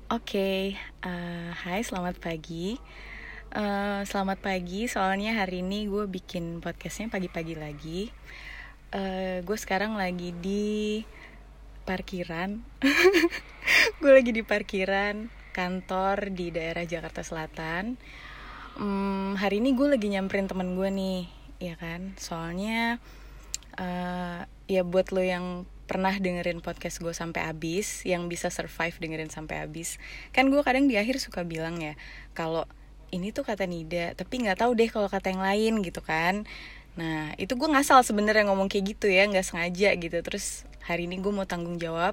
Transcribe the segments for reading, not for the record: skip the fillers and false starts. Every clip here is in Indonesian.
Oke, hai selamat pagi. Selamat pagi, soalnya hari ini gue bikin podcastnya pagi-pagi lagi. Gue sekarang lagi di parkiran. Gue lagi di parkiran kantor di daerah Jakarta Selatan. Hari ini gue lagi nyamperin temen gue nih, ya kan? Soalnya ya buat lo yang pernah dengerin podcast gue sampai habis, yang bisa survive dengerin sampai habis, kan gue kadang di akhir suka bilang ya kalau ini tuh kata Nida, tapi nggak tahu deh kalau kata yang lain gitu kan. Nah itu gue ngasal sebenarnya ngomong kayak gitu ya, nggak sengaja gitu. Terus hari ini gue mau tanggung jawab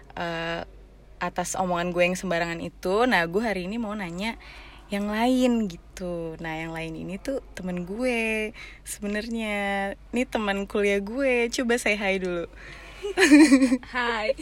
atas omongan gue yang sembarangan itu. Nah gue hari ini mau nanya yang lain gitu. Nah yang lain ini tuh temen gue sebenarnya. Ini teman kuliah gue. Coba say hi dulu. Hai.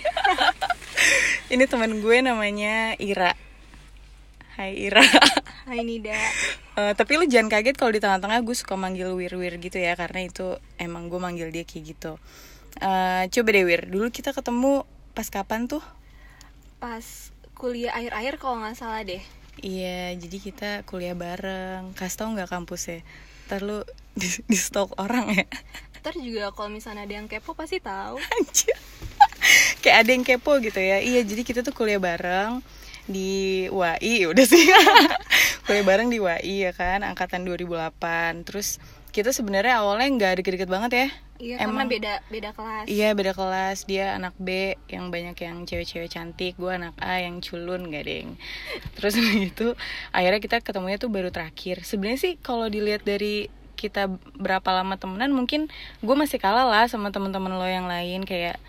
Ini teman gue namanya Ira. Hai Ira. Hai Nida. Tapi lu jangan kaget kalau di tengah-tengah gue suka manggil Wir gitu ya, karena itu emang gue manggil dia kayak gitu. Coba deh Wir, dulu kita ketemu pas kapan tuh? Pas kuliah akhir-akhir kalau nggak salah deh. Iya, jadi kita kuliah bareng. Kasih tau nggak kampusnya? Ntar lu di stalk orang ya. Ntar juga kalau misalnya ada yang kepo pasti tahu. Anjir. Kayak ada yang kepo gitu ya. Iya, jadi kita tuh kuliah bareng di UAI, udah sih. Kuliah bareng di UAI ya kan, angkatan 2008. Terus kita sebenarnya awalnya nggak deket-deket banget ya. Iya, emang beda kelas. Iya, beda kelas. Dia anak B yang banyak yang cewek-cewek cantik, gue anak A yang culun, gak deng. Terus gitu akhirnya kita ketemunya tuh baru terakhir. Sebenarnya sih kalau dilihat dari kita berapa lama temenan, mungkin gue masih kalah lah sama teman-teman lo yang lain, kayak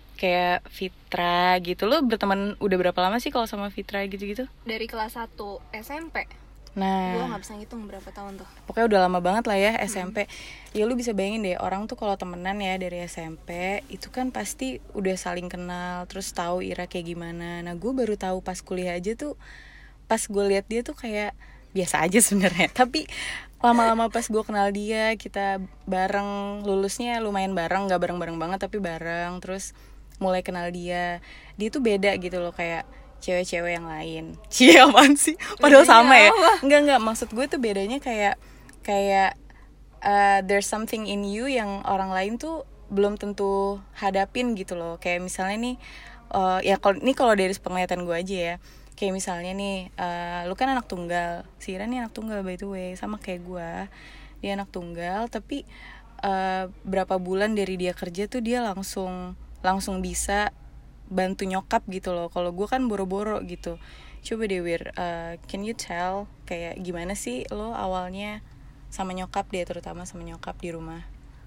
Fitra gitu. Lo berteman udah berapa lama sih kalau sama Fitra gitu-gitu? Dari kelas 1 SMP. Nah, gue nggak bisa ngitung berapa tahun tuh. pokoknya udah lama banget lah ya SMP. Ya lu bisa bayangin deh, orang tuh kalau temenan ya dari SMP itu kan pasti udah saling kenal, terus tahu Ira kayak gimana. Nah gue baru tahu pas kuliah aja tuh, pas gue lihat dia tuh kayak biasa aja sebenarnya. Tapi lama-lama pas gue kenal dia, kita bareng, lulusnya lumayan bareng, nggak bareng-bareng banget tapi bareng. Terus mulai kenal dia tuh beda gitu loh, kayak cewek-cewek yang lain. Cie, apaan sih? Padahal Bedanya sama ya. apa? Enggak, maksud gue tuh bedanya kayak there's something in you yang orang lain tuh belum tentu hadapin gitu loh. Kayak misalnya nih, ya kalau dari penglihatan gue aja ya. Kayak misalnya nih, lu kan anak tunggal. Si Ira nih anak tunggal by the way, sama kayak gue. Dia anak tunggal, tapi berapa bulan dari dia kerja tuh dia langsung bisa bantu nyokap gitu loh. Kalau gue kan boro-boro gitu. Coba deh Wir, can you tell kayak gimana sih lo awalnya sama nyokap deh, terutama sama nyokap di rumah?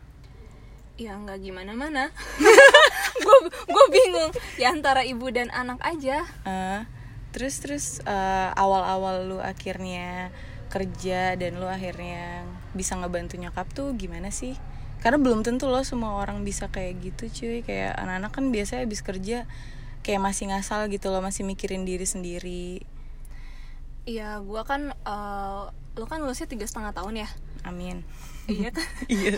Ya nggak gimana-mana. Gue bingung. Ya antara ibu dan anak aja. Terus awal-awal lu akhirnya kerja dan lu akhirnya bisa ngebantu nyokap tuh gimana sih? Karena belum tentu loh semua orang bisa kayak gitu cuy. Kayak anak-anak kan biasanya habis kerja kayak masih ngasal gitu loh, masih mikirin diri sendiri. Iya, gue kan lo kan lulusnya 3,5 tahun ya. Amin. Iya kan. Iya.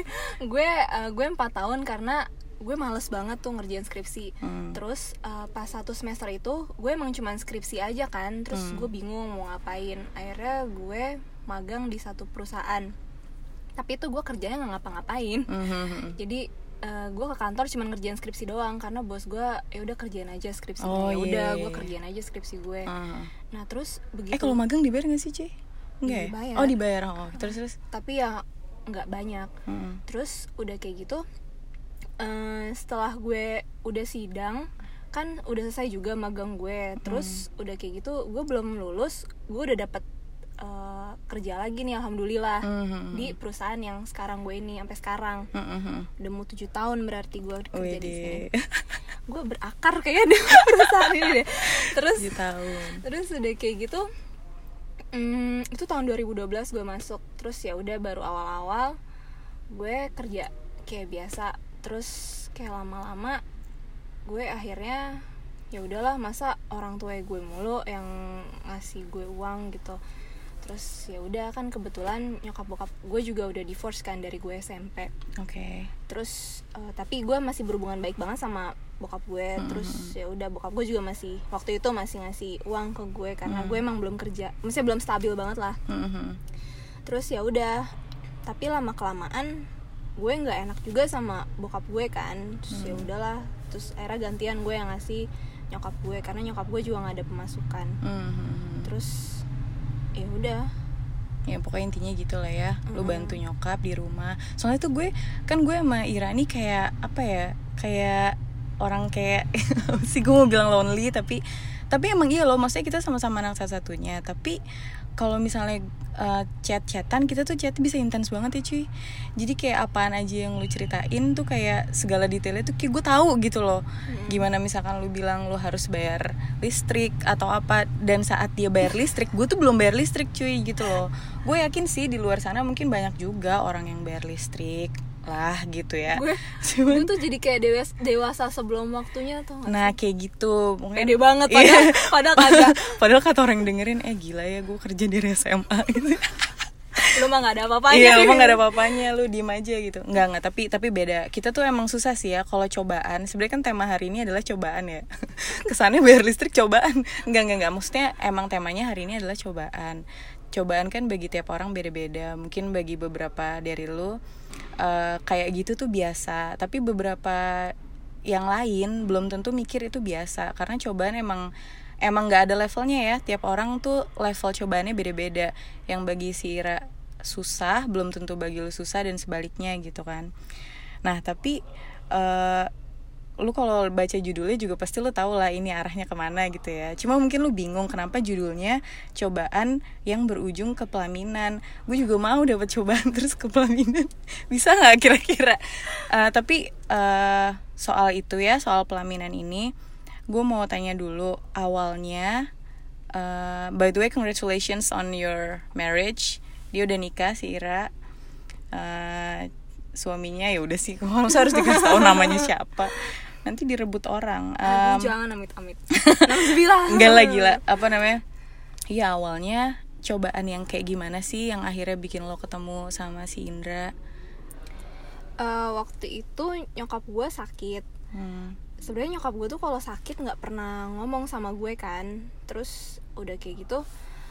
gue 4 tahun karena gue males banget tuh ngerjain skripsi. Terus pas 1 semester itu gue emang cuman skripsi aja kan. Terus gue bingung mau ngapain. Akhirnya gue magang di satu perusahaan. Tapi itu gue kerjanya nggak ngapa-ngapain. Jadi gue ke kantor cuma ngerjain skripsi doang karena bos gue ya udah kerjain aja skripsi gue. Gue kerjain aja skripsi gue. Nah terus begitu. Kalau magang dibayar nggak sih Ci? Enggak dibayar. Ya? Oh dibayar. Terus. Tapi ya nggak banyak. Terus udah kayak gitu. Setelah gue udah sidang kan udah selesai juga magang gue. Terus udah kayak gitu gue belum lulus, gue udah dapet kerja lagi nih alhamdulillah di perusahaan yang sekarang gue ini sampai sekarang. Udah mau 7 tahun berarti gue kerja di sini. Gue berakar kayaknya di perusahaan ini deh. Terus udah kayak gitu itu tahun 2012 gue masuk. Terus ya udah baru awal-awal gue kerja kayak biasa. Terus kayak lama-lama gue akhirnya ya udahlah, masa orang tua gue mulu yang ngasih gue uang gitu. Terus ya udah kan kebetulan nyokap bokap gue juga udah divorce kan dari gue SMP. Terus tapi gue masih berhubungan baik banget sama bokap gue. Terus ya udah bokap gue juga masih waktu itu masih ngasih uang ke gue karena gue emang belum kerja, maksudnya belum stabil banget lah. Terus ya udah, tapi lama kelamaan gue nggak enak juga sama bokap gue kan. Terus ya udahlah, terus akhirnya gantian gue yang ngasih nyokap gue karena nyokap gue juga nggak ada pemasukan. Terus ya udah, ya pokoknya intinya gitu lah ya. Lu bantu nyokap di rumah. Soalnya tuh gue sama Ira nih kayak apa ya, kayak orang kayak sih, gue mau bilang lonely tapi emang iya loh, maksudnya kita sama-sama anak satu-satunya. Tapi kalau misalnya chat-chatan, kita tuh chat bisa intens banget ya cuy. Jadi kayak apaan aja yang lu ceritain tuh kayak segala detailnya tuh kayak gue tahu gitu loh. Gimana misalkan lu bilang lu harus bayar listrik atau apa, dan saat dia bayar listrik, gue tuh belum bayar listrik cuy gitu loh. Gue yakin sih di luar sana mungkin banyak juga orang yang bayar listrik lah gitu ya. Gue tuh jadi kayak dewasa sebelum waktunya tuh. Nah kayak gitu, pede banget padahal kagak. Padahal kata orang dengerin, gila ya gue kerja di SMA gitu. Lu mah nggak ada apa-apanya. Iya, lu mah nggak ada apa-apanya, lu diem aja gitu. Nggak, tapi beda. Kita tuh emang susah sih ya kalau cobaan. Sebenarnya kan tema hari ini adalah cobaan ya. Kesannya bayar listrik cobaan. Enggak. Maksudnya emang temanya hari ini adalah cobaan. Cobaan kan bagi tiap orang beda-beda. Mungkin bagi beberapa dari lu kayak gitu tuh biasa, tapi beberapa yang lain belum tentu mikir itu biasa, karena cobaan emang nggak ada levelnya ya. Tiap orang tuh level cobaannya beda-beda. Yang bagi si Ira susah belum tentu bagi lu susah, dan sebaliknya gitu kan. Nah tapi lu kalau baca judulnya juga pasti lu tahu lah ini arahnya kemana gitu ya. Cuma mungkin lu bingung kenapa judulnya cobaan yang berujung ke pelaminan. Gue juga mau dapat cobaan terus ke pelaminan. Bisa nggak kira-kira? Tapi soal itu ya, soal pelaminan ini, gue mau tanya dulu awalnya. By the way, congratulations on your marriage. Dia udah nikah si Ira. Suaminya ya udah sih, harus dikasih tahu namanya siapa. Nanti direbut orang. Jangan amit-amit. Enggak lah, gila. Apa namanya? Iya, awalnya cobaan yang kayak gimana sih yang akhirnya bikin lo ketemu sama si Indra? Waktu itu nyokap gue sakit. Sebenarnya nyokap gue tuh kalau sakit nggak pernah ngomong sama gue kan. Terus udah kayak gitu,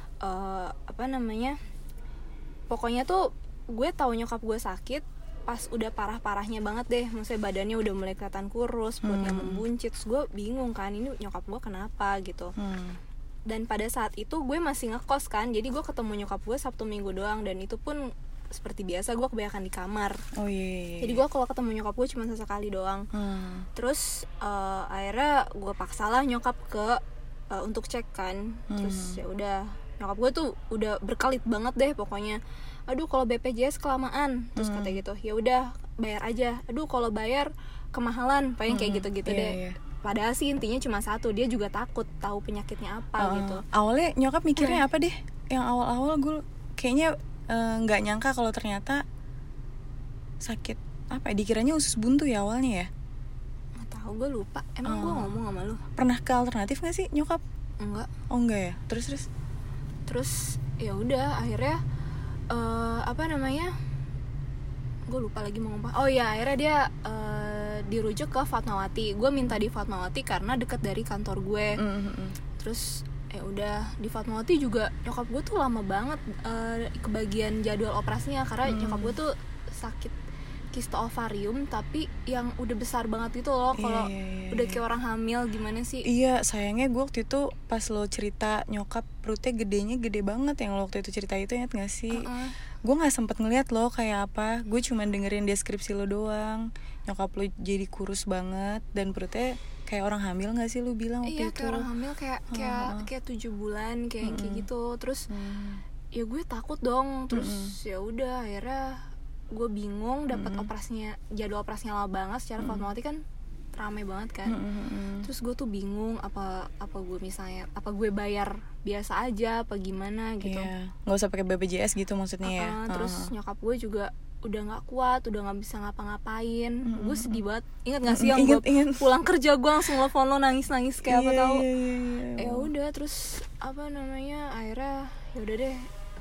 pokoknya tuh gue tahu nyokap gue sakit pas udah parah-parahnya banget deh. Maksudnya badannya udah mulai kelihatan kurus, perutnya membuncit. Terus gue bingung kan, ini nyokap gue kenapa gitu. Dan pada saat itu gue masih ngekos kan, jadi gue ketemu nyokap gue Sabtu Minggu doang, dan itu pun seperti biasa gue kebanyakan di kamar. Jadi gue kalau ketemu nyokap gue cuma sesekali doang. Terus akhirnya gue paksalah nyokap untuk cek kan. Terus ya udah, nyokap gue tuh udah berkelit banget deh pokoknya. Aduh kalau BPJS kelamaan, terus kata gitu. Ya udah bayar aja. Aduh kalau bayar kemahalan, paling kayak gitu-gitu deh. Padahal sih intinya cuma satu, dia juga takut tahu penyakitnya apa gitu. Awalnya nyokap mikirnya apa deh? Yang awal-awal gue kayaknya nggak nyangka kalau ternyata sakit apa? Dikiranya usus buntu ya awalnya ya? Nggak tahu, gue lupa. Emang gue ngomong sama lu? Pernah ke alternatif nggak sih nyokap? Enggak. Oh enggak ya? Terus ya udah akhirnya gue lupa lagi mau ngomong. Oh iya, akhirnya dia dirujuk ke Fatmawati. Gue minta di Fatmawati karena deket dari kantor gue. Terus ya udah di Fatmawati juga nyokap gue tuh lama banget kebagian jadwal operasinya, karena nyokap gue tuh sakit kista ovarium tapi yang udah besar banget gitu loh. Kalau udah kayak orang hamil gimana sih. Iya, sayangnya gue waktu itu pas lo cerita nyokap perutnya gede banget, yang lo waktu itu cerita itu, ingat gak sih? Gue gak sempet ngeliat lo kayak apa. Gue cuma dengerin deskripsi lo doang. Nyokap lo jadi kurus banget dan perutnya kayak orang hamil gak sih lo bilang waktu itu? Iya, kayak orang hamil, kayak 7 bulan kayak gitu. Terus ya gue takut dong. Terus ya udah akhirnya gue bingung dapat jadwal operasinya lama banget. Secara Fatmawati kan ramai banget kan. Terus gue tuh bingung apa gue bayar biasa aja apa gimana gitu. Nggak usah pakai BPJS gitu maksudnya ya. Terus nyokap gue juga udah nggak kuat, udah nggak bisa ngapa-ngapain. Gue sedih banget. Ingat nggak sih yang gue pulang kerja gue langsung telepon lo nangis kayak apa tahu. Ya udah, terus akhirnya ya udah deh,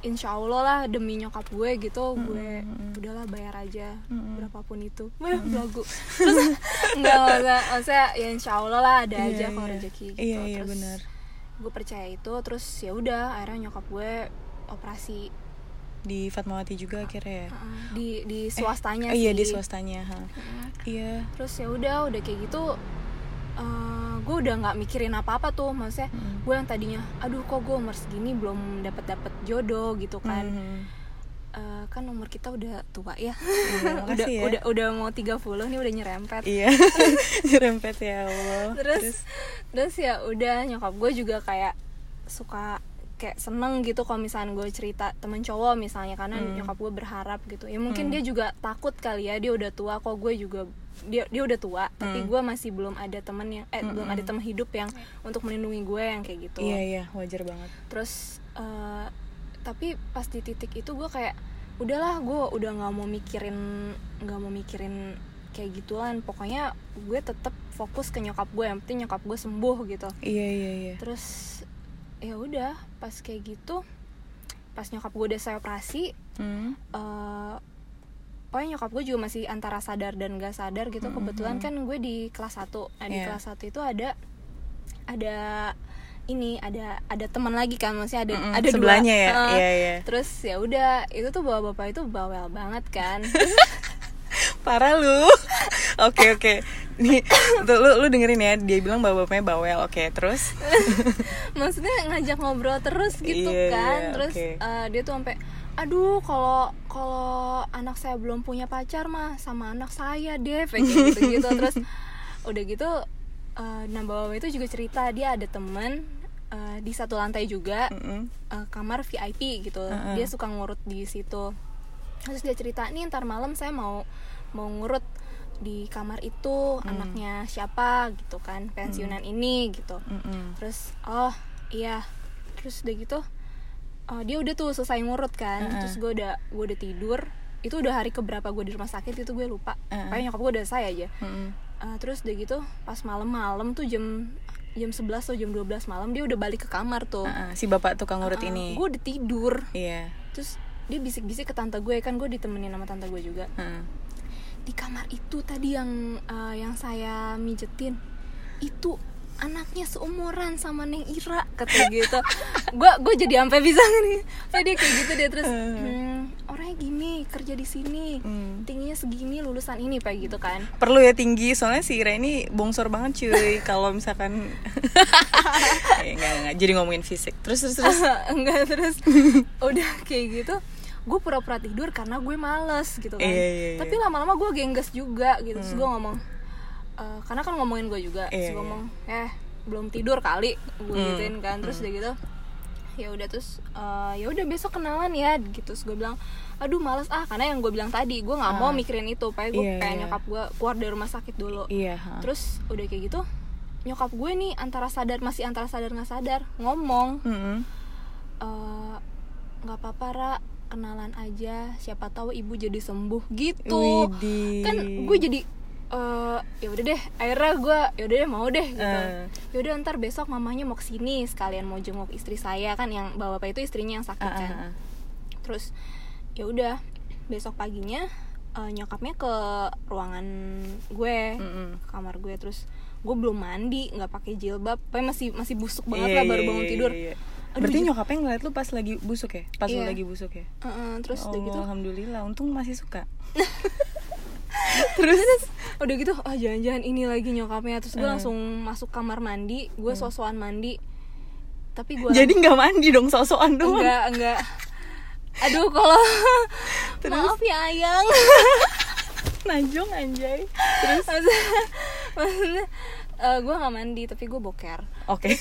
insya Allah lah demi nyokap gue gitu, gue udahlah bayar aja berapapun itu. Lagu terus nggak maksudnya ya insya Allah lah ada aja kalau rezeki gitu. Iya benar. Gue percaya itu, terus ya udah akhirnya nyokap gue operasi Di Fatmawati juga akhirnya ya. Di swastanya sih. Iya di swastanya. Iya. Terus ya udah kayak gitu. Gue udah nggak mikirin apa-apa tuh, maksudnya gue yang tadinya aduh kok gue umur segini belum dapet jodoh gitu kan. Kan umur kita udah tua ya. Udah mau 30 nih, udah nyerempet. Iya. Nyerempet ya Allah. Terus ya udah nyokap gue juga kayak suka kayak seneng gitu kalau misalnya gue cerita temen cowok misalnya, karena nyokap gue berharap gitu ya, mungkin dia juga takut kali ya, dia udah tua kok, gue juga dia udah tua tapi gue masih belum ada temen yang belum ada teman hidup yang untuk melindungi gue yang kayak gitu. Iya wajar banget. Terus tapi pas di titik itu gue kayak udahlah, gue udah nggak mau mikirin kayak gituan, pokoknya gue tetap fokus ke nyokap gue, yang penting nyokap gue sembuh gitu. Iya. Terus ya udah pas kayak gitu, pas nyokap gue udah saya operasi, pokoknya nyokap gue juga masih antara sadar dan gak sadar gitu. Kebetulan kan gue di kelas 1. Nah di kelas 1 itu ada teman lagi kan, maksudnya ada sebelahnya dua. Ya. Iya. Terus ya udah, itu tuh bapak itu bawel banget kan. Parah lu. Oke. Nih, lu dengerin ya, dia bilang bapaknya bawel. Oke, terus maksudnya ngajak ngobrol terus gitu kan. Terus dia tuh sampai aduh kalau anak saya belum punya pacar mah sama anak saya deh kayak gitu. Terus udah gitu nah bapak itu juga cerita dia ada temen di satu lantai juga, kamar VIP gitu. Dia suka ngurut di situ. Terus dia cerita, nih ntar malam saya mau ngurut di kamar itu, anaknya siapa gitu kan, pensiunan ini gitu. Terus oh iya, terus udah gitu dia udah tuh selesai ngurut kan. Terus gue udah tidur, itu udah hari keberapa gue di rumah sakit itu gue lupa. Pokoknya nyokap gue udah selesai aja. Terus udah gitu pas malam tuh jam 11 atau jam 12 malam dia udah balik ke kamar tuh. Si bapak tukang ngurut ini. Gue udah tidur. Iya. Terus dia bisik-bisik ke tante gue, kan gue ditemenin sama tante gue juga. Di kamar itu tadi yang saya mijetin itu anaknya seumuran sama Neng Ira, kata gitu. Gue jadi sampai bisa nih. Dia kayak gitu dia terus orangnya gini, kerja di sini, tingginya segini, lulusan ini kayak gitu kan. Perlu ya tinggi, soalnya si Ira ini bongsor banget cuy. Kalau misalkan enggak jadi ngomongin fisik. Terus enggak, terus udah kayak gitu gue pura-pura tidur karena gue males gitu kan. Tapi lama-lama gue gengges juga gitu. Terus gue ngomong karena kan ngomongin gue juga. Terus gue ngomong belum tidur kali, gue gituin kan. Terus udah gitu ya udah, terus ya udah besok kenalan ya gitu. Terus gue bilang aduh males karena yang gue bilang tadi gue nggak mau mikirin itu, gue pengen nyokap gue keluar dari rumah sakit dulu. Terus udah kayak gitu nyokap gue nih masih antara sadar nggak sadar ngomong nggak apa-apa Ra, kenalan aja, siapa tahu ibu jadi sembuh gitu. Kan gue jadi ya udah deh, akhirnya gue ya udah deh mau deh gitu. Ya udah ntar besok mamanya mau kesini sekalian mau jenguk istri saya kan, yang bapak itu istrinya yang sakit kan. Terus ya udah besok paginya nyokapnya ke ruangan gue, kamar gue. Terus gue belum mandi, nggak pakai jilbab, masih busuk banget lah, baru bangun tidur. Berarti nyokapnya ngeliat lu pas lagi busuk ya? Pas lu lagi busuk ya? Terus udah gitu alhamdulillah, untung masih suka. terus udah gitu jangan-jangan ini lagi nyokapnya. Terus gue langsung masuk kamar mandi, gue sok-sokan mandi. Tapi gue jadi nggak mandi dong, sok-sokan doang? Enggak. Aduh kalau maaf ya ayang. Najong anjay. Terus maksudnya gue nggak mandi tapi gue boker. Oke.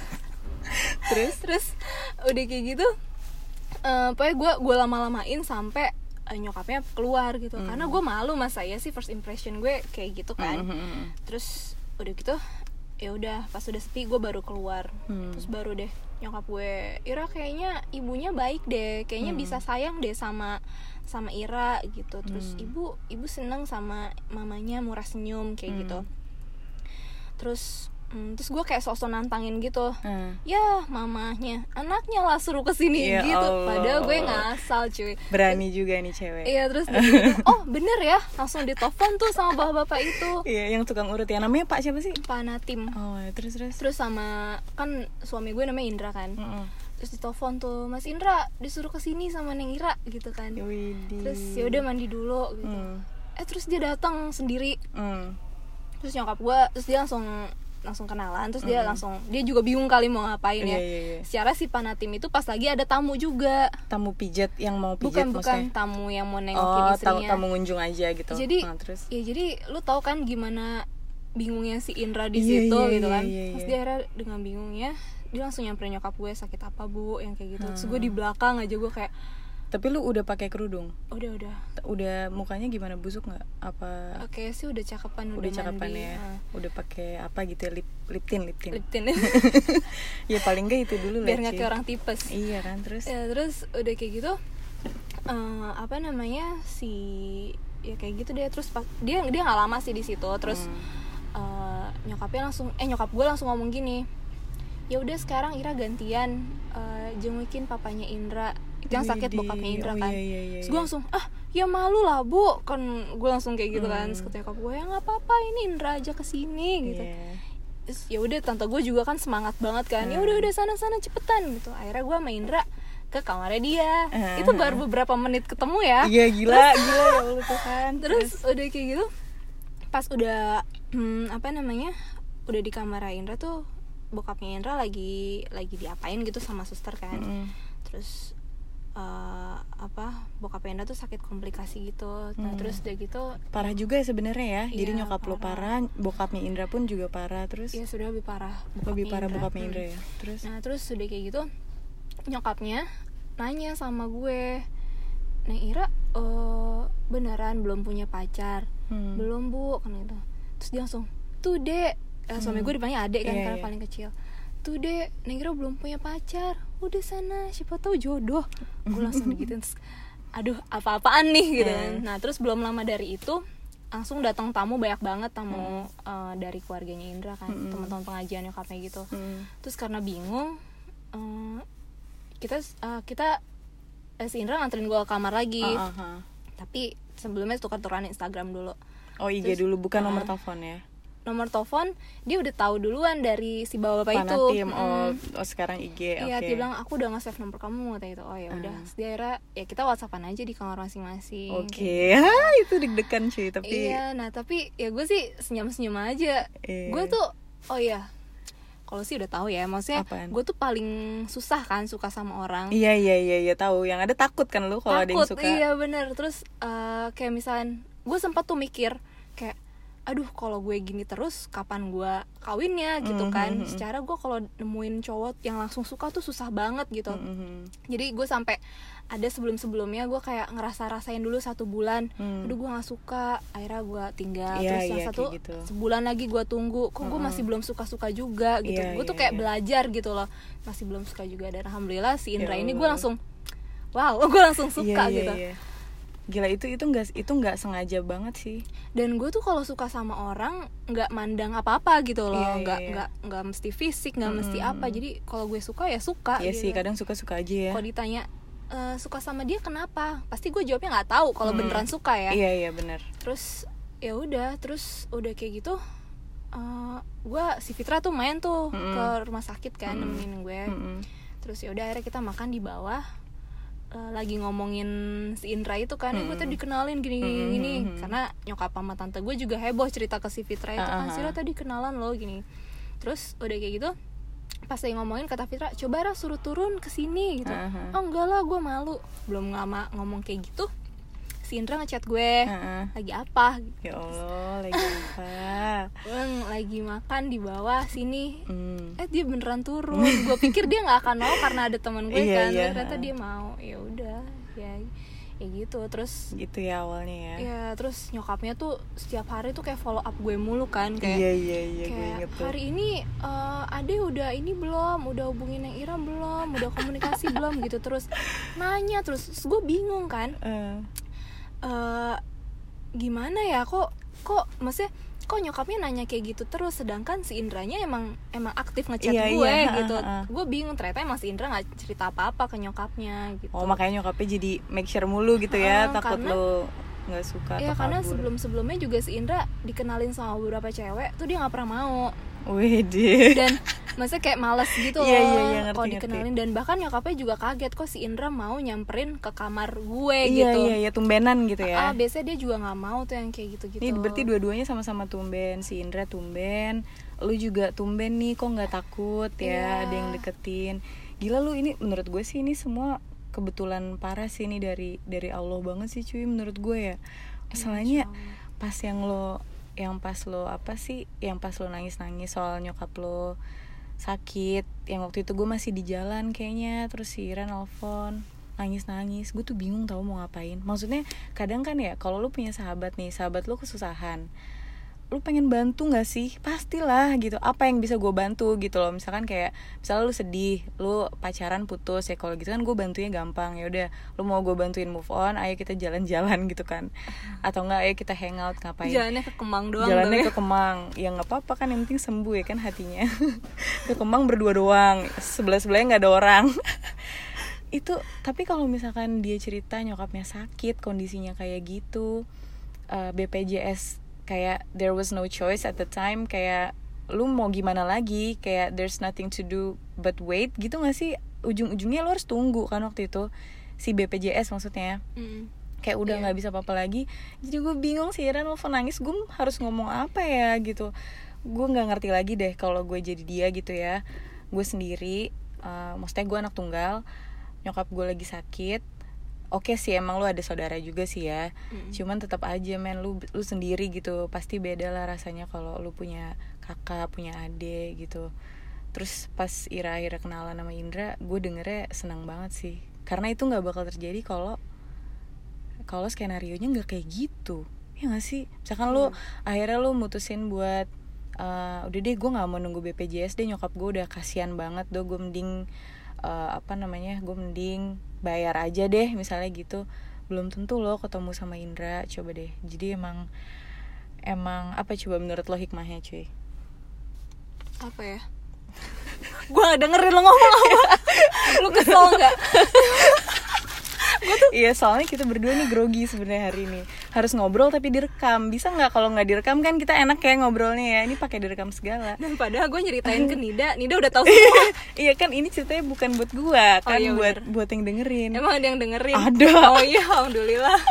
Terus udah kayak gitu pokoknya gue lama-lamain sampai nyokapnya keluar gitu. Karena gue malu, mas saya sih first impression gue kayak gitu kan. Terus udah gitu ya udah pas udah sepi gue baru keluar. Terus baru deh nyokap gue, Ira kayaknya ibunya baik deh, kayaknya bisa sayang deh sama Ira gitu. Terus ibu seneng sama mamanya, murah senyum kayak gitu. Terus Terus gue kayak sok-sok nantangin gitu. Ya mamahnya, anaknya lah suruh kesini Ya gitu. Allah. Padahal gue ngasal cuy. Berani juga nih cewek. Iya terus gitu, oh bener ya, langsung ditelepon tuh sama bapak-bapak itu. Iya, yang tukang urut ya. Namanya Pak siapa sih? Pak Natim. Oh, terus. Terus sama kan suami gue namanya Indra kan. Terus ditelepon tuh, Mas Indra disuruh kesini sama Neng Ira gitu kan. Widih. Terus ya udah mandi dulu gitu. Terus dia datang sendiri. Terus nyokap gue, terus dia langsung kenalan, terus dia juga bingung kali mau ngapain ya. Iya. Secara si Pak Natim itu pas lagi ada tamu juga. Tamu pijat yang mau pijat Bukan tamu yang mau nengokin istrinya. Tamu ngunjung aja gitu. Jadi terus jadi lu tahu kan gimana bingungnya si Indra di situ gitu kan. Terus dia akhirnya dengan bingungnya dia langsung nyamperin nyokap gue, sakit apa bu, yang kayak gitu. Terus gue di belakang aja gue kayak, tapi lu udah pakai kerudung? Udah mukanya gimana, busuk nggak? Apa? Oke sih udah cakepan, udah cakepan mandi. Ya. Udah pakai apa gitu ya, lip tint. Ya paling nggak itu dulu biar lah. Nggak kayak orang tipes. Iya kan, terus? Ya terus udah kayak gitu, ya kayak gitu deh. Terus dia nggak lama sih di situ. Terus nyokap gue langsung ngomong gini, ya udah sekarang Ira gantian jengukin papanya Indra. Itu yang sakit bokapnya Indra kan. Iya. Terus gue langsung ya malu lah bu, kan gue langsung kayak gitu kan. Terus kata nyokap gue, ya nggak apa-apa, ini Indra aja kesini gitu. Terus ya udah, tante gue juga kan semangat banget kan. Ya udah sana cepetan gitu. Akhirnya gue sama Indra ke kamarnya dia. Itu baru beberapa menit ketemu ya. Iya gila ya Allah Tuhan. Terus udah kayak gitu, pas udah udah di kamar Indra tuh, bokapnya Indra lagi diapain gitu sama suster kan. Terus bokapnya Indra tuh sakit komplikasi gitu. Nah terus udah gitu parah juga ya sebenarnya ya. Jadi iya, nyokap lo parah, bokapnya Indra pun juga parah. Terus ya sudah lebih parah bokapnya Indra ya. Terus nah terus udah kayak gitu, nyokapnya nanya sama gue, Neng Ira beneran belum punya pacar? Belum bu, kan itu. Terus dia langsung, tuh dek, suami gue dipanggil adek kan, karena paling kecil. Tuh dek, Neng Ira belum punya pacar, udah sana, siapa tahu jodoh. Gue langsung digituin, aduh apa-apaan nih gitu kan. Nah terus belum lama dari itu langsung datang tamu, banyak banget tamu dari keluarganya Indra kan, teman-teman pengajian nyokapnya gitu. Terus karena bingung, kita si Indra nganterin gue ke kamar lagi. Tapi sebelumnya tukar-tukaran Instagram dulu. Oh IG dulu, bukan nomor telepon ya? Nomor telepon dia udah tahu duluan dari si bapak itu. Panatim, oh sekarang IG. Iya, dia bilang aku udah nge-save nomor kamu, kata itu. Oh ya udah, dia akhirnya ya kita WhatsAppan aja di kamar masing-masing. Oke. Itu deg-degan cuy, tapi iya, nah tapi ya gue sih senyum-senyum aja. Gue tuh kalau sih udah tahu ya, maksudnya gue tuh paling susah kan suka sama orang. Iya tahu. Yang ada takut kan lu kalau ada yang suka. Iya benar. Terus kayak misalnya gue sempat tuh mikir kayak, aduh kalau gue gini terus kapan gue kawinnya gitu kan. Secara gue kalau nemuin cowok yang langsung suka tuh susah banget gitu. Jadi gue sampai ada sebelumnya gue kayak rasain dulu 1 bulan, aduh gue nggak suka, akhirnya gue tinggal. Terus yang satu gitu, sebulan lagi gue tunggu, kok gue masih belum suka juga gitu. Gue tuh kayak belajar gitu loh, masih belum suka juga. Dan alhamdulillah si Indra ini gue langsung gue langsung suka gitu. Gila, itu nggak sengaja banget sih. Dan gue tuh kalau suka sama orang nggak mandang apa-apa gitu loh. Nggak mesti fisik, nggak mesti apa. Jadi kalau gue suka ya suka. Iya gitu. sih, kadang suka aja ya. Kalau ditanya suka sama dia kenapa, pasti gue jawabnya nggak tahu kalau beneran suka ya. Iya benar. Terus ya udah, kayak gitu si Fitra tuh main tuh ke rumah sakit kan, nemenin gue. Terus ya udah akhirnya kita makan di bawah. Lagi ngomongin si Indra itu kan, gue tadi dikenalin gini karena nyokap sama tante gue juga heboh cerita ke si Fitra itu kan, Sira tadi kenalan lo gini. Terus udah kayak gitu, pas lagi ngomongin kata Fitra, coba Ra suruh turun ke sini gitu. Oh enggak lah, gue malu. Belum lama ngomong kayak gitu, si Indra ngechat gue, lagi apa? Ya Allah, lagi apa? Lagi makan di bawah sini. Dia beneran turun. Gue pikir dia nggak akan mau karena ada teman gue kan. Ternyata dia mau. Ya udah, ya gitu. Terus gitu ya awalnya ya. Ya terus nyokapnya tuh setiap hari tuh kayak follow up gue mulu kan, kayak iya gue inget tuh. Hari ini Ade udah ini belum, udah hubungin yang Ira belum, udah komunikasi belum gitu. Terus nanya terus gue bingung kan. Gimana ya, kok maksudnya kok nyokapnya nanya kayak gitu terus, sedangkan si Indranya emang aktif ngechat gue gitu. Gue bingung, ternyata emang si Indra nggak cerita apa-apa ke nyokapnya gitu. Oh, makanya nyokapnya jadi make sure mulu gitu ya, takut lo nggak suka atau kabur. Karena sebelumnya juga si Indra dikenalin sama beberapa cewek tuh dia nggak pernah mau. Wede. Dan maksudnya kayak malas gitu loh kalau dikenalin. Dan bahkan nyokapnya juga kaget kok si Indra mau nyamperin ke kamar gue gitu. Iya, tumbenan gitu ya. Biasanya dia juga nggak mau tuh yang kayak gitu-gitu. Ini berarti dua-duanya sama-sama tumben. Si Indra tumben, lu juga tumben nih, kok nggak takut ya ada yang deketin. Gila lu, ini menurut gue sih ini semua kebetulan parah sih, ini dari Allah banget sih cuy menurut gue ya. Masalahnya pas lo nangis soal nyokap lo sakit, yang waktu itu gue masih di jalan kayaknya, terus si Ira nelfon nangis, gue tuh bingung tau mau ngapain. Maksudnya kadang kan ya kalau lu punya sahabat lo kesusahan, lu pengen bantu nggak sih? Pastilah gitu, apa yang bisa gue bantu gitu loh. Misalkan kayak misalnya lu sedih, lu pacaran putus ya, kalau gitu kan gue bantunya gampang. Ya udah, lu mau gue bantuin move on, ayo kita jalan-jalan gitu kan, atau enggak ayo kita hangout, ngapain? Jalannya ke Kemang doang. Ke Kemang ya nggak apa-apa kan, yang penting sembuh ya kan hatinya. Ke Kemang berdua doang, sebelahnya nggak ada orang. Itu tapi kalau misalkan dia cerita nyokapnya sakit, kondisinya kayak gitu, BPJS kayak there was no choice at the time, kayak lu mau gimana lagi, kayak there's nothing to do but wait gitu gak sih, ujung-ujungnya lu harus tunggu kan waktu itu si BPJS maksudnya. Kayak udah gak bisa apa-apa lagi. Jadi gue bingung sih, Ira nelfon nangis, gue harus ngomong apa ya gitu. Gue gak ngerti lagi deh kalau gue jadi dia gitu ya. Gue sendiri, maksudnya gue anak tunggal, nyokap gue lagi sakit. Oke sih, emang lu ada saudara juga sih ya. Cuman tetap aja men, lu sendiri gitu. Pasti beda lah rasanya kalau lu punya kakak, punya adik gitu. Terus pas Ira akhirnya kenalan sama Indra, gue dengernya senang banget sih. Karena itu gak bakal terjadi kalau skenario nya gak kayak gitu. Ya gak sih? Misalkan lu akhirnya lu mutusin buat udah deh gue gak mau nunggu BPJS deh, nyokap gue udah kasihan banget gue mending gue mending bayar aja deh misalnya gitu. Belum tentu lo ketemu sama Indra, coba deh. Jadi emang apa coba menurut lo hikmahnya cuy? Apa ya? Gue gak dengerin lo ngomong apa. Lu kesel gak? Iya, soalnya kita berdua nih grogi sebenarnya hari ini. Harus ngobrol tapi direkam. Bisa nggak kalau nggak direkam kan kita enak kayak ngobrolnya ya. Ini pakai direkam segala. Dan padahal gue nyeritain ke Nida udah tahu semua. Iya kan, ini ceritanya bukan buat gue kan, iya, buat yang dengerin. Emang ada yang dengerin? Ada. Oh iya, alhamdulillah.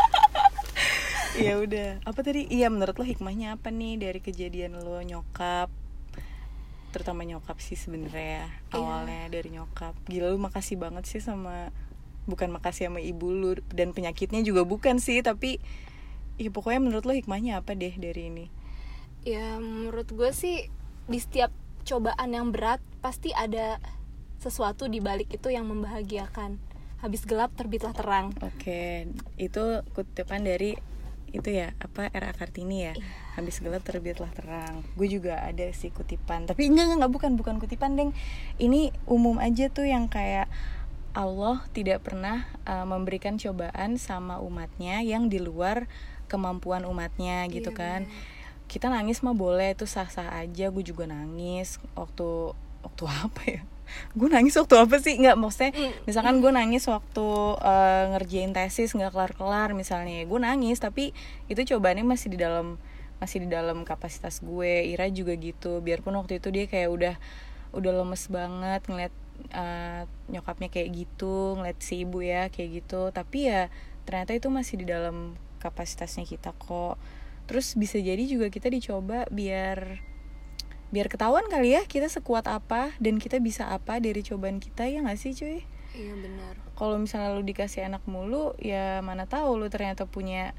Ya udah. Apa tadi? Iya, menurut lo hikmahnya apa nih dari kejadian lo nyokap? Terutama nyokap sih sebenarnya. Awalnya dari nyokap. Gila, lu makasih banget sih bukan makasih sama ibu lu dan penyakitnya juga bukan sih, tapi ya pokoknya menurut lo hikmahnya apa deh dari ini? Ya menurut gue sih di setiap cobaan yang berat pasti ada sesuatu di balik itu yang membahagiakan. Habis gelap terbitlah terang. Oke, itu kutipan dari itu ya, R.A. Kartini ya. Habis gelap terbitlah terang. Gue juga ada sih kutipan, tapi enggak bukan kutipan, Deng. Ini umum aja tuh, yang kayak Allah tidak pernah memberikan cobaan sama umatnya yang di luar kemampuan umatnya gitu kan. Kita nangis mah boleh, itu sah-sah aja. Gue juga nangis waktu apa ya? Gue nangis waktu apa sih? Nggak, maksudnya misalkan gue nangis waktu ngerjain tesis nggak kelar-kelar misalnya. Gue nangis, tapi itu cobaannya masih di dalam kapasitas gue. Ira juga gitu. Biarpun waktu itu dia kayak udah lemes banget ngeliat nyokapnya kayak gitu, ngeliat si ibu ya kayak gitu, tapi ya ternyata itu masih di dalam kapasitasnya kita kok. Terus bisa jadi juga kita dicoba biar ketahuan kali ya kita sekuat apa dan kita bisa apa dari cobaan kita, ya nggak sih cuy? Iya benar. Kalau misalnya lu dikasih anak mulu, ya mana tahu lu ternyata punya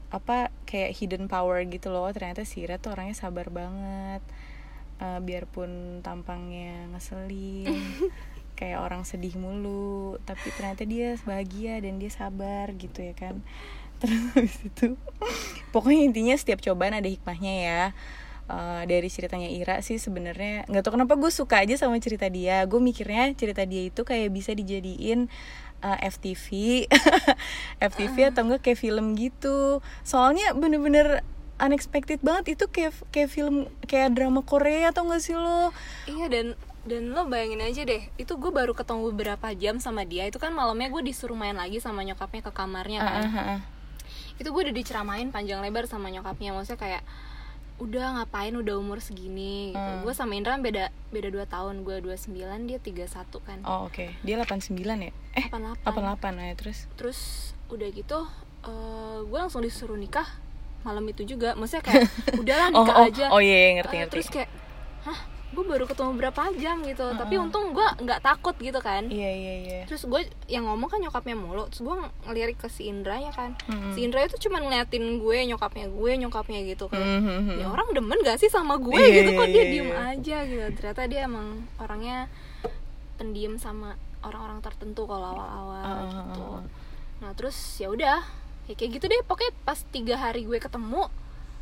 kayak hidden power gitu loh. Ternyata si Ira tuh orangnya sabar banget. Biarpun tampangnya ngeselin, kayak orang sedih mulu, tapi ternyata dia bahagia dan dia sabar gitu ya kan. Terus habis itu pokoknya intinya setiap cobaan ada hikmahnya ya. Dari ceritanya Ira sih sebenarnya nggak tahu kenapa gue suka aja sama cerita dia. Gue mikirnya cerita dia itu kayak bisa dijadiin FTV atau enggak kayak film gitu. Soalnya bener-bener unexpected banget. Itu kayak film, kayak drama Korea, tau gak sih lo? Iya, dan lo bayangin aja deh, itu gue baru ketemu beberapa jam sama dia. Itu kan malamnya gue disuruh main lagi sama nyokapnya ke kamarnya kan. Itu gue udah diceramain panjang lebar sama nyokapnya, maksudnya kayak udah ngapain, udah umur segini gitu. Gue sama Indra beda 2 tahun, gue 29, dia 31 kan. Oh oke. Dia 89 ya? 88 ya. Terus udah gitu gue langsung disuruh nikah malam itu juga. Maksudnya kayak udahlah nikah aja. Oh iya, ngerti. Terus kayak gue baru ketemu berapa jam gitu. Tapi untung gue nggak takut gitu kan. Iya. Terus gue yang ngomong kan nyokapnya mulu. Terus gue ngelirik ke si Indra ya kan. Si Indra itu cuma ngeliatin gue nyokapnya gitu kan. Ya orang demen gak sih sama gue gitu, kok dia diem aja gitu. Ternyata dia emang orangnya pendiam sama orang-orang tertentu kalau awal-awal gitu. Nah terus ya udah, ya kayak gitu deh. Pokoknya pas 3 hari gue ketemu,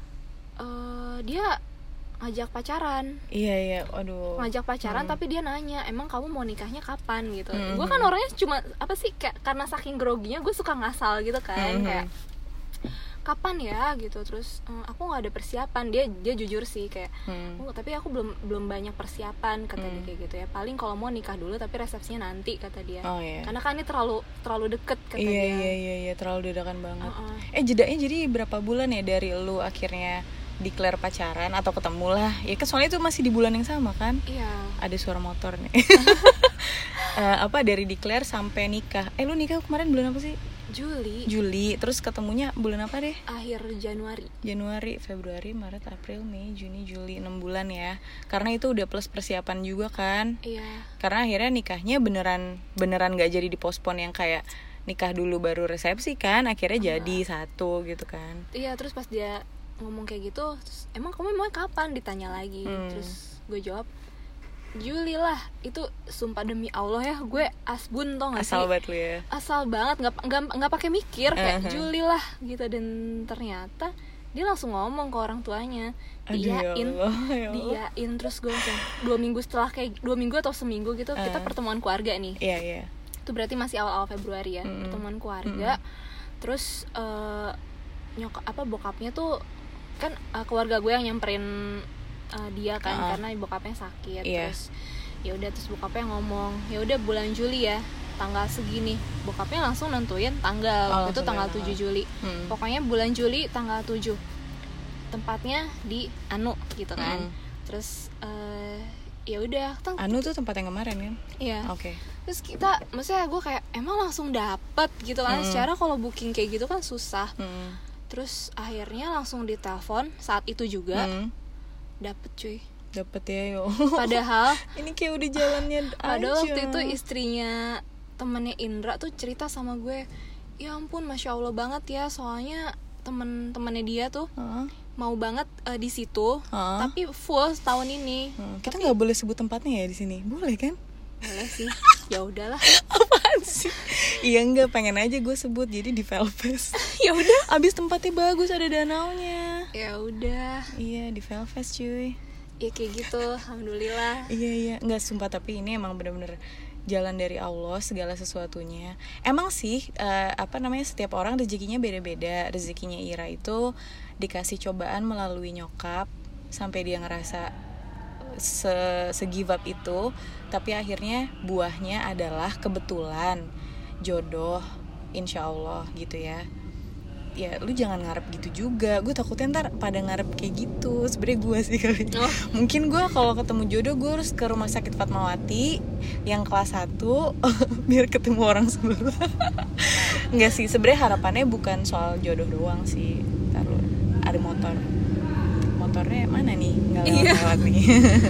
dia ngajak pacaran. Iya, aduh. Ngajak pacaran tapi dia nanya, emang kamu mau nikahnya kapan gitu. Gue kan orangnya cuma apa sih, kayak karena saking groginya gue suka ngasal gitu kan, kayak kapan ya gitu. Terus aku nggak ada persiapan. Dia jujur sih kayak tapi aku belum banyak persiapan kata dia kayak gitu ya. Paling kalau mau nikah dulu tapi resepsinya nanti kata dia. Karena kan ini terlalu deket kata dia. Iya, terlalu dadakan banget. Jedanya jadi berapa bulan ya dari lu akhirnya declare pacaran atau ketemu lah ya kan, soalnya itu masih di bulan yang sama kan. Iya, ada suara motor nih. Dari declare sampai nikah. Lu nikah kemarin bulan apa sih? Juli. Terus ketemunya bulan apa deh? Akhir Januari, Februari, Maret, April, Mei, Juni, Juli, 6 bulan ya. Karena itu udah plus persiapan juga kan. Iya. Karena akhirnya nikahnya beneran gak jadi dipospon yang kayak nikah dulu baru resepsi kan. Akhirnya jadi satu gitu kan. Iya, terus pas dia ngomong kayak gitu, terus, emang kamu mau kapan, ditanya lagi. Terus gue jawab Juli lah. Itu sumpah demi Allah ya, gue asbun tau gak sih, asal banget lu ya, asal banget, nggak pakai mikir, kayak Juli lah gitu. Dan ternyata dia langsung ngomong ke orang tuanya, diiyain. Terus gue langsung 2 minggu setelah, kayak 2 minggu atau seminggu gitu, kita pertemuan keluarga nih. Iya. Itu berarti masih awal Februari ya, pertemuan keluarga. Terus bokapnya tuh kan keluarga gue yang nyamperin dia kan, karena bokapnya sakit. Terus ya udah, terus bokapnya ngomong ya udah bulan Juli ya, tanggal segini. Bokapnya langsung nentuin tanggal, itu tanggal 7 Juli. Pokoknya bulan Juli tanggal 7. Tempatnya di Anu gitu kan. Terus ya udah. Anu tuh tempat yang kemarin kan? Iya. Oke. Terus maksudnya gue kayak emang langsung dapet gitu kan. Secara kalau booking kayak gitu kan susah. Terus akhirnya langsung ditelepon saat itu juga. Dapet ya yo. Padahal ini kayak udah jalannya aja. Padahal waktu itu istrinya temennya Indra tuh cerita sama gue, ya ampun Masya Allah banget ya, soalnya temennya dia tuh mau banget di situ, tapi full tahun ini. Kita nggak boleh sebut tempatnya ya di sini, boleh kan? Boleh sih. Ya udahlah. Apaan sih? Iya enggak, pengen aja gue sebut, jadi di Velfest. Ya udah. Abis tempatnya bagus, ada danaunya. Ya udah. Iya, di Velfest cuy. Ya kayak gitu, alhamdulillah. Iya, enggak sumpah, tapi ini emang bener-bener jalan dari Allah segala sesuatunya. Emang sih setiap orang rezekinya beda-beda. Rezekinya Ira itu dikasih cobaan melalui nyokap sampai dia ngerasa se-give up itu, tapi akhirnya buahnya adalah kebetulan, jodoh, insya Allah gitu ya. Ya lu jangan ngarep gitu juga. Gue takutnya ntar pada ngarep kayak gitu. Sebenarnya gue sih kali. Mungkin gue kalau ketemu jodoh gue harus ke rumah sakit Fatmawati yang kelas 1 biar ketemu orang sebelah. Enggak sih, sebenarnya harapannya bukan soal jodoh doang sih. Taruh ada motornya mana nih, nggak lewat nih.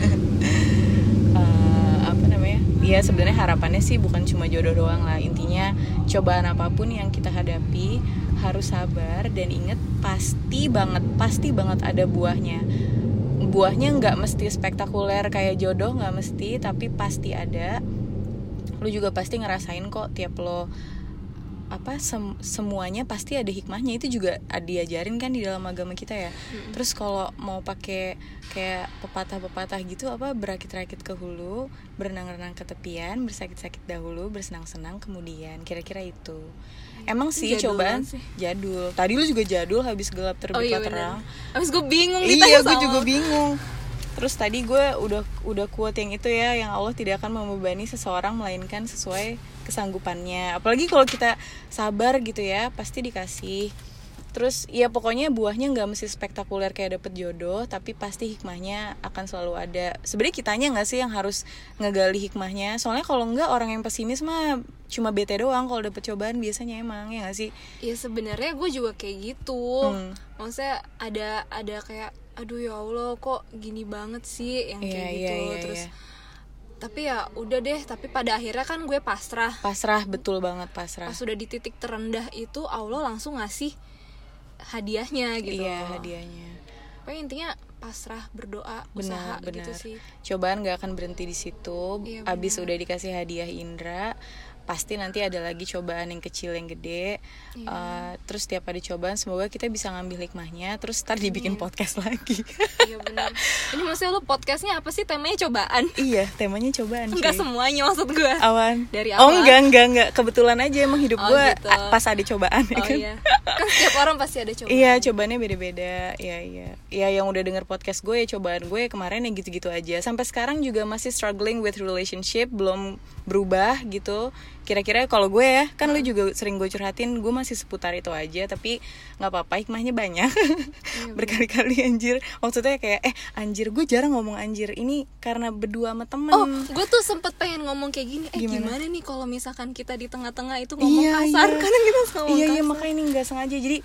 Ya sebenarnya harapannya sih bukan cuma jodoh doang lah. Intinya cobaan apapun yang kita hadapi harus sabar dan ingat pasti banget ada buahnya. Buahnya nggak mesti spektakuler kayak jodoh, nggak mesti, tapi pasti ada. Lu juga pasti ngerasain kok tiap lo semuanya pasti ada hikmahnya, itu juga diajarin kan di dalam agama kita ya. Terus kalau mau pakai kayak pepatah-pepatah gitu, berakit-rakit ke hulu, berenang-renang ke tepian, bersakit-sakit dahulu, bersenang-senang kemudian, kira-kira itu. Emang sih cobaan jadul. Tadi lu juga jadul, habis gelap terbit terang. Habis gue bingung Iya, gue juga bingung. Terus tadi gue udah quote yang itu ya, yang Allah tidak akan membebani seseorang melainkan sesuai kesanggupannya. Apalagi kalau kita sabar gitu ya, pasti dikasih. Terus ya pokoknya buahnya nggak mesti spektakuler kayak dapet jodoh, tapi pasti hikmahnya akan selalu ada. Sebenarnya kitanya nggak sih yang harus ngegali hikmahnya. Soalnya kalau nggak, orang yang pesimis mah cuma bete doang kalau dapet cobaan biasanya, emang ya nggak sih? Ya sebenarnya gue juga kayak gitu. Maksudnya ada kayak, aduh ya Allah kok gini banget sih yang kayak gitu. Terus tapi ya udah deh, tapi pada akhirnya kan gue pasrah, betul banget pasrah. Pas sudah di titik terendah itu Allah langsung ngasih hadiahnya gitu. Iya, hadiahnya. Pokoknya intinya pasrah, berdoa, usaha gitu sih. Cobaan gak akan berhenti di situ. Abis udah dikasih hadiah Indra, pasti nanti ada lagi cobaan yang kecil yang gede. Terus tiap ada cobaan semoga kita bisa ngambil hikmahnya, terus ntar dibikin podcast lagi. Iya benar. Ini maksudnya lu podcastnya apa sih, temanya cobaan? Iya, temanya cobaan. Enggak semuanya maksud gue. Awan. Dari awal. Oh enggak, kebetulan aja emang hidup gue gitu. Pas ada cobaan ya kan. Iya. Kan setiap orang pasti ada cobaan. Iya, cobaannya beda-beda. Iya. Ya yang udah denger podcast gue ya, cobaan gue kemarin yang gitu-gitu aja. Sampai sekarang juga masih struggling with relationship, belum berubah gitu. Kira-kira kalau gue ya, kan lu juga sering gue curhatin, gue masih seputar itu aja, tapi nggak apa-apa, hikmahnya banyak. Berkali-kali anjir, maksudnya kayak anjir, gue jarang ngomong anjir, ini karena berdua sama temen. Gue tuh sempet pengen ngomong kayak gini, gimana nih kalau misalkan kita di tengah-tengah itu ngomong kasar, karena kita ngomong kasar. Iya, makanya ini nggak sengaja. Jadi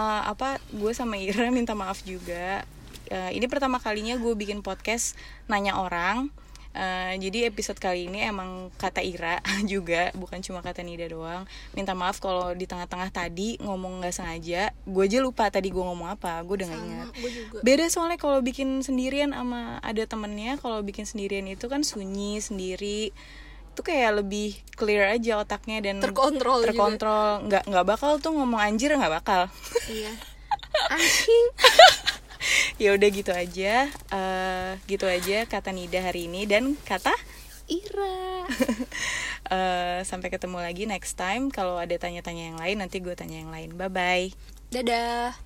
gue sama Ira minta maaf juga. Ini pertama kalinya gue bikin podcast nanya orang. Jadi episode kali ini emang kata Ira juga, bukan cuma kata Nida doang. Minta maaf kalau di tengah-tengah tadi ngomong gak sengaja. Gue aja lupa tadi gue ngomong apa, gue udah gak ingat. Beda soalnya kalau bikin sendirian sama ada temennya. Kalau bikin sendirian itu kan sunyi sendiri, itu kayak lebih clear aja otaknya dan terkontrol. Nggak bakal tuh ngomong anjir, nggak bakal. Iya. Anjing. Ya udah gitu aja kata Nida hari ini dan kata Ira. Sampai ketemu lagi next time. Kalau ada tanya-tanya yang lain nanti gue tanya yang lain. Bye bye. Dadah.